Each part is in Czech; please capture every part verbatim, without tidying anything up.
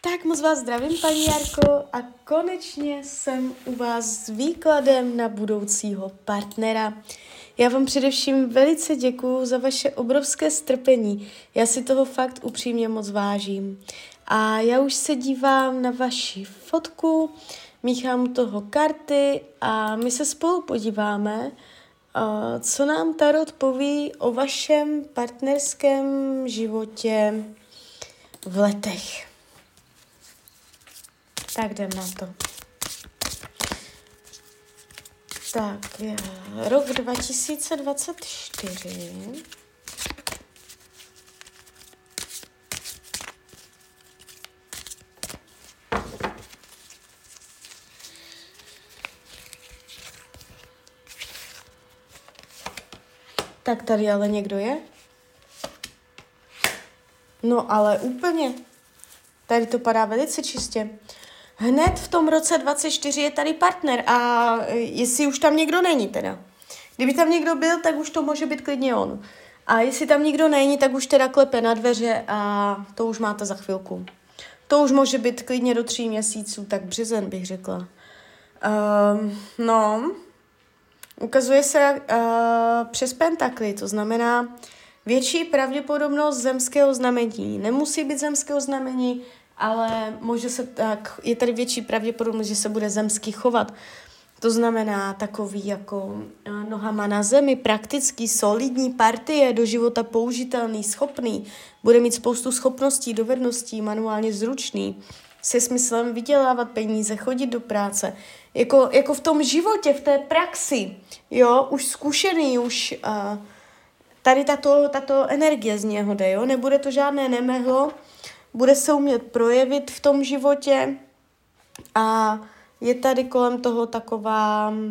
Tak moc vás zdravím, paní Jarko, a konečně jsem u vás s výkladem na budoucího partnera. Já vám především velice děkuju za vaše obrovské strpení. Já si toho fakt upřímně moc vážím. A já už se dívám na vaši fotku, míchám u toho karty a my se spolu podíváme, co nám tarot poví o vašem partnerském životě v letech. Tak jdem na to. Tak, je rok dva tisíce dvacet čtyři. Tak tady ale někdo je? No ale úplně. Tady to padá velice čistě. Hned v tom roce dvacet čtyři je tady partner a jestli už tam někdo není teda. Kdyby tam někdo byl, tak už to může být klidně on. A jestli tam nikdo není, tak už teda klepe na dveře a to už máte za chvilku. To už může být klidně do tří měsíců, tak březen bych řekla. Um, no, ukazuje se uh, přes pentakly, to znamená větší pravděpodobnost zemského znamení. Nemusí být zemského znamení, ale může se tak, je tady větší pravděpodobnost, že se bude zemský chovat. To znamená takový jako nohama na zemi, praktický, solidní partie, do života použitelný, schopný, bude mít spoustu schopností, dovedností, manuálně zručný, se smyslem vydělávat peníze, chodit do práce. Jako, jako v tom životě, v té praxi, jo, už zkušený, už uh, tady tato, tato energie z něho jde, jo, nebude to žádné nemehlo, bude se umět projevit v tom životě a je tady kolem toho taková uh,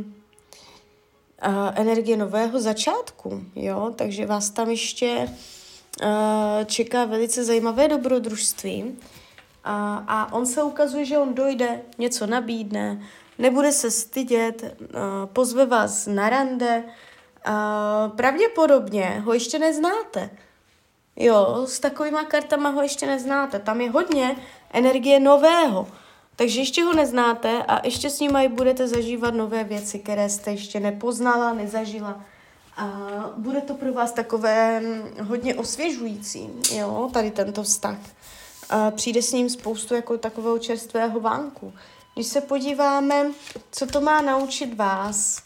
energie nového začátku, jo, takže vás tam ještě uh, čeká velice zajímavé dobrodružství a, a on se ukazuje, že on dojde, něco nabídne, nebude se stydět, uh, pozve vás na rande, uh, pravděpodobně ho ještě neznáte. Jo, s takovýma kartama ho ještě neznáte. Tam je hodně energie nového. Takže ještě ho neznáte a ještě s ním budete zažívat nové věci, které jste ještě nepoznala, nezažila. A bude to pro vás takové hodně osvěžující, jo, tady tento vztah. A přijde s ním spoustu jako takového čerstvého vánku. Když se podíváme, co to má naučit vás,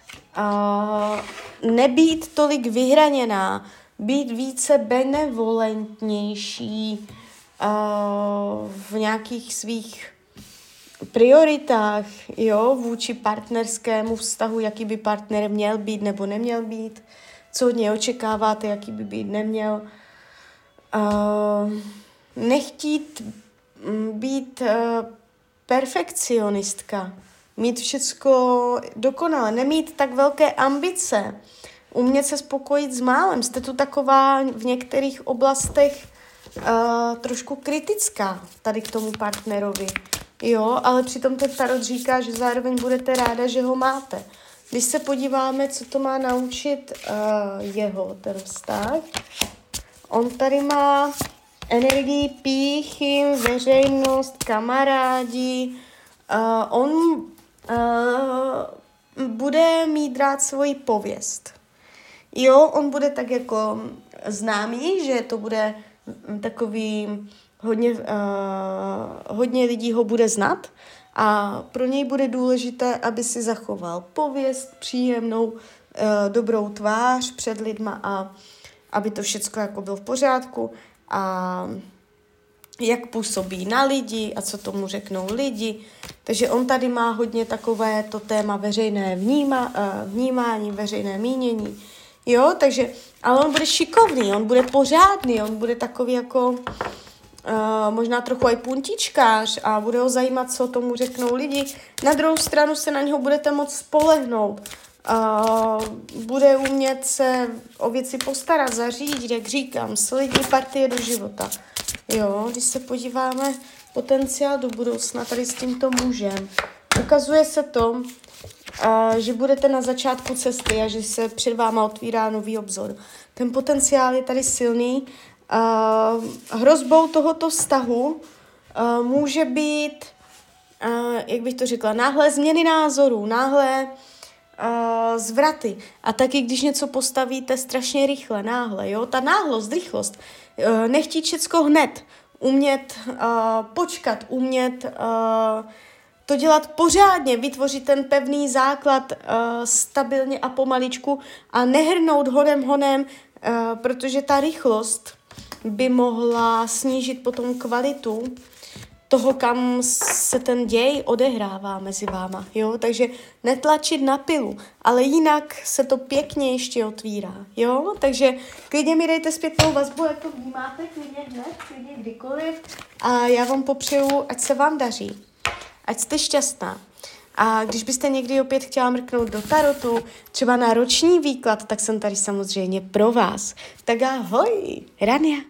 a nebýt tolik vyhraněná, být více benevolentnější uh, v nějakých svých prioritách, jo, vůči partnerskému vztahu, jaký by partner měl být nebo neměl být, co od něj očekáváte, jaký by být neměl. Uh, nechtít být uh, perfekcionistka, mít všecko dokonale, nemít tak velké ambice, umět se spokojit s málem. Jste tu taková v některých oblastech uh, trošku kritická tady k tomu partnerovi. Jo, ale přitom ten tarot říká, že zároveň budete ráda, že ho máte. Když se podíváme, co to má naučit uh, jeho, ten vztah. On tady má energii pýchy, veřejnost, kamarádi. Uh, on uh, bude mít rád svoji pověst. Jo, on bude tak jako známý, že to bude takový, hodně, uh, hodně lidí ho bude znat a pro něj bude důležité, aby si zachoval pověst, příjemnou, uh, dobrou tvář před lidma a aby to všecko jako bylo v pořádku a jak působí na lidi a co tomu řeknou lidi. Takže on tady má hodně takové to téma veřejné vníma, uh, vnímání, veřejné mínění. Jo, takže, ale on bude šikovný, on bude pořádný, on bude takový jako uh, možná trochu aj puntičkář a bude ho zajímat, co tomu řeknou lidi. Na druhou stranu se na něho budete moct spolehnout. Uh, bude umět se o věci postarat, zařídit, jak říkám, solidní partie do života. Jo, když se podíváme potenciál do budoucna tady s tímto mužem, ukazuje se to, Uh, že budete na začátku cesty a že se před váma otvírá nový obzor. Ten potenciál je tady silný. Uh, hrozbou tohoto vztahu uh, uh, může být, uh, jak bych to řekla, náhle změny názorů, náhle uh, zvraty. A taky, když něco postavíte strašně rychle, náhle, jo, ta náhlost, rychlost, uh, nechtít všecko hned, umět uh, počkat, umět uh, to dělat pořádně, vytvořit ten pevný základ uh, stabilně a pomaličku a nehrnout honem honem, uh, protože ta rychlost by mohla snížit potom kvalitu toho, kam se ten děj odehrává mezi váma, jo, takže netlačit na pilu, ale jinak se to pěkně ještě otvírá, jo, takže klidně mi dejte zpětnou vazbu, jak to vnímáte, klidně hned, klidně kdykoliv a já vám popřeju, ať se vám daří, ať jste šťastná. A když byste někdy opět chtěla mrknout do tarotu, třeba na roční výklad, tak jsem tady samozřejmě pro vás. Tak ahoj, Rania.